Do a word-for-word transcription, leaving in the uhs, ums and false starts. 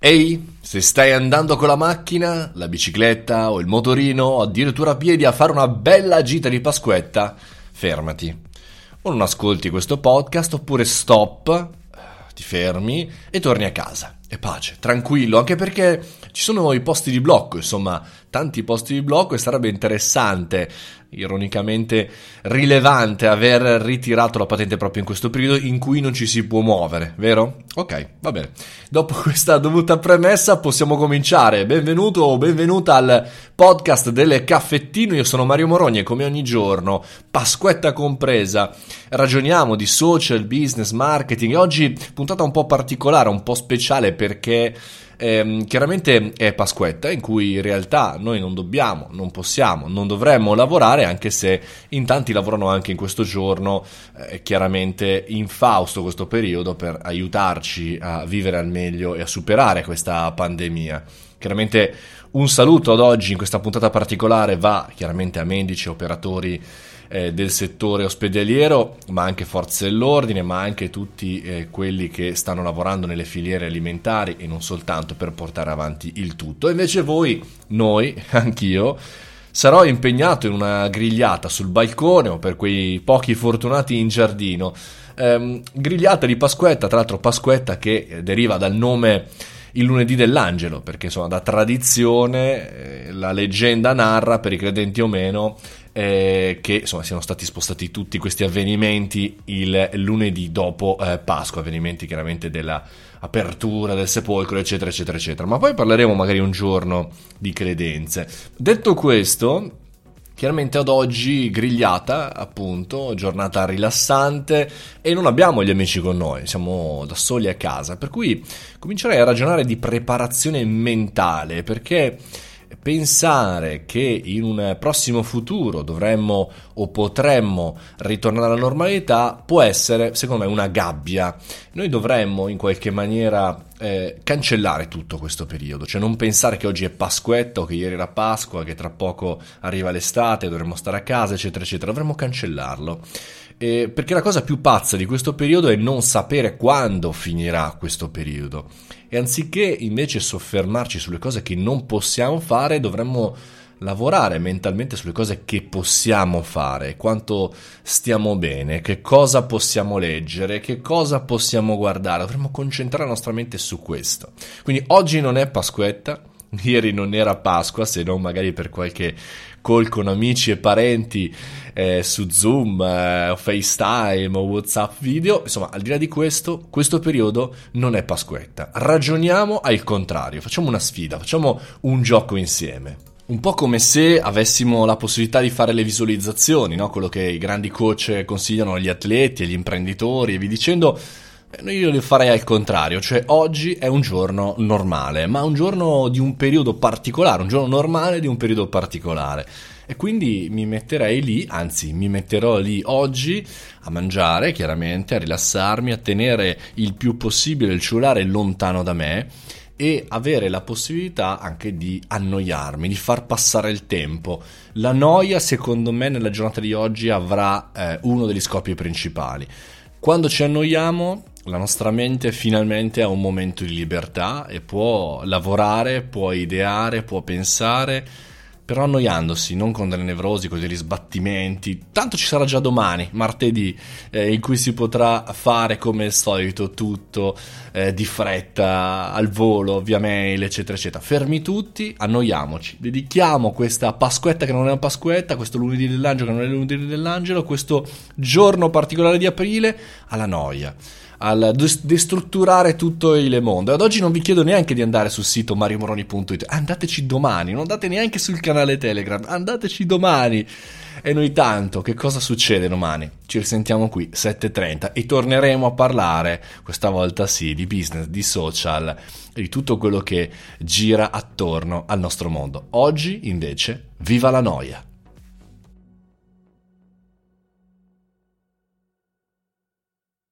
Ehi, se stai andando con la macchina, la bicicletta o il motorino o addirittura a piedi a fare una bella gita di Pasquetta, fermati. O non ascolti questo podcast oppure stop, ti fermi e torni a casa. E pace, tranquillo, anche perché ci sono i posti di blocco, insomma, tanti posti di blocco e sarebbe interessante, ironicamente rilevante, aver ritirato la patente proprio in questo periodo in cui non ci si può muovere, vero? Ok, va bene. Dopo questa dovuta premessa possiamo cominciare. Benvenuto o benvenuta al podcast del caffettino. Io sono Mario Morogni e come ogni giorno, Pasquetta compresa, ragioniamo di social, business, marketing e oggi puntata un po' particolare, un po' speciale perché Eh, chiaramente è Pasquetta in cui in realtà noi non dobbiamo, non possiamo, non dovremmo lavorare, anche se in tanti lavorano anche in questo giorno, eh, chiaramente infausto questo periodo per aiutarci a vivere al meglio e a superare questa pandemia. Chiaramente un saluto ad oggi in questa puntata particolare va chiaramente a medici, operatori Eh, del settore ospedaliero, ma anche forze dell'ordine, ma anche tutti eh, quelli che stanno lavorando nelle filiere alimentari e non soltanto per portare avanti il tutto. E invece voi, noi, anch'io, sarò impegnato in una grigliata sul balcone o per quei pochi fortunati in giardino. Ehm, grigliata di Pasquetta, tra l'altro Pasquetta che deriva dal nome il lunedì dell'angelo, perché insomma da tradizione eh, la leggenda narra, per i credenti o meno, eh, che insomma siano stati spostati tutti questi avvenimenti il lunedì dopo eh, Pasqua, avvenimenti chiaramente della apertura del sepolcro, eccetera, eccetera, eccetera. Ma poi parleremo magari un giorno di credenze. Detto questo, chiaramente ad oggi grigliata, appunto, giornata rilassante e non abbiamo gli amici con noi, siamo da soli a casa, per cui comincerei a ragionare di preparazione mentale, perché pensare che in un prossimo futuro dovremmo o potremmo ritornare alla normalità può essere, secondo me, una gabbia. Noi dovremmo in qualche maniera eh, cancellare tutto questo periodo, cioè non pensare che oggi è Pasquetta o che ieri era Pasqua, che tra poco arriva l'estate, dovremmo stare a casa, eccetera, eccetera. Dovremmo cancellarlo. Eh, perché la cosa più pazza di questo periodo è non sapere quando finirà questo periodo e anziché invece soffermarci sulle cose che non possiamo fare, dovremmo lavorare mentalmente sulle cose che possiamo fare, quanto stiamo bene, che cosa possiamo leggere, che cosa possiamo guardare. Dovremmo concentrare la nostra mente su questo. Quindi oggi non è Pasquetta, ieri non era Pasqua, se non magari per qualche call con amici e parenti eh, su Zoom, eh, o FaceTime o WhatsApp video. Insomma, al di là di questo, questo periodo non è Pasquetta. Ragioniamo al contrario, facciamo una sfida, facciamo un gioco insieme. Un po' come se avessimo la possibilità di fare le visualizzazioni, no? Quello che i grandi coach consigliano agli atleti, agli imprenditori e vi dicendo. Io li farei al contrario, cioè oggi è un giorno normale, ma un giorno di un periodo particolare, un giorno normale di un periodo particolare. E quindi mi metterei lì, anzi mi metterò lì oggi a mangiare, chiaramente, a rilassarmi, a tenere il più possibile il cellulare lontano da me e avere la possibilità anche di annoiarmi, di far passare il tempo. La noia, secondo me, nella giornata di oggi avrà eh, uno degli scopi principali. Quando ci annoiamo, la nostra mente finalmente ha un momento di libertà e può lavorare, può ideare, può pensare, però annoiandosi, non con delle nevrosi, con degli sbattimenti. Tanto ci sarà già domani, martedì, eh, in cui si potrà fare come al solito tutto eh, di fretta, al volo, via mail, eccetera, eccetera. Fermi tutti, annoiamoci, dedichiamo questa Pasquetta che non è una Pasquetta, questo lunedì dell'angelo che non è lunedì dell'angelo, questo giorno particolare di aprile alla noia, al destrutturare tutto il mondo. Ad oggi non vi chiedo neanche di andare sul sito mario moroni punto it, andateci domani, non andate neanche sul canale Telegram, andateci domani. E noi tanto, che cosa succede domani? Ci risentiamo qui sette e trenta e torneremo a parlare, questa volta sì, di business, di social e di tutto quello che gira attorno al nostro mondo. Oggi invece viva la noia.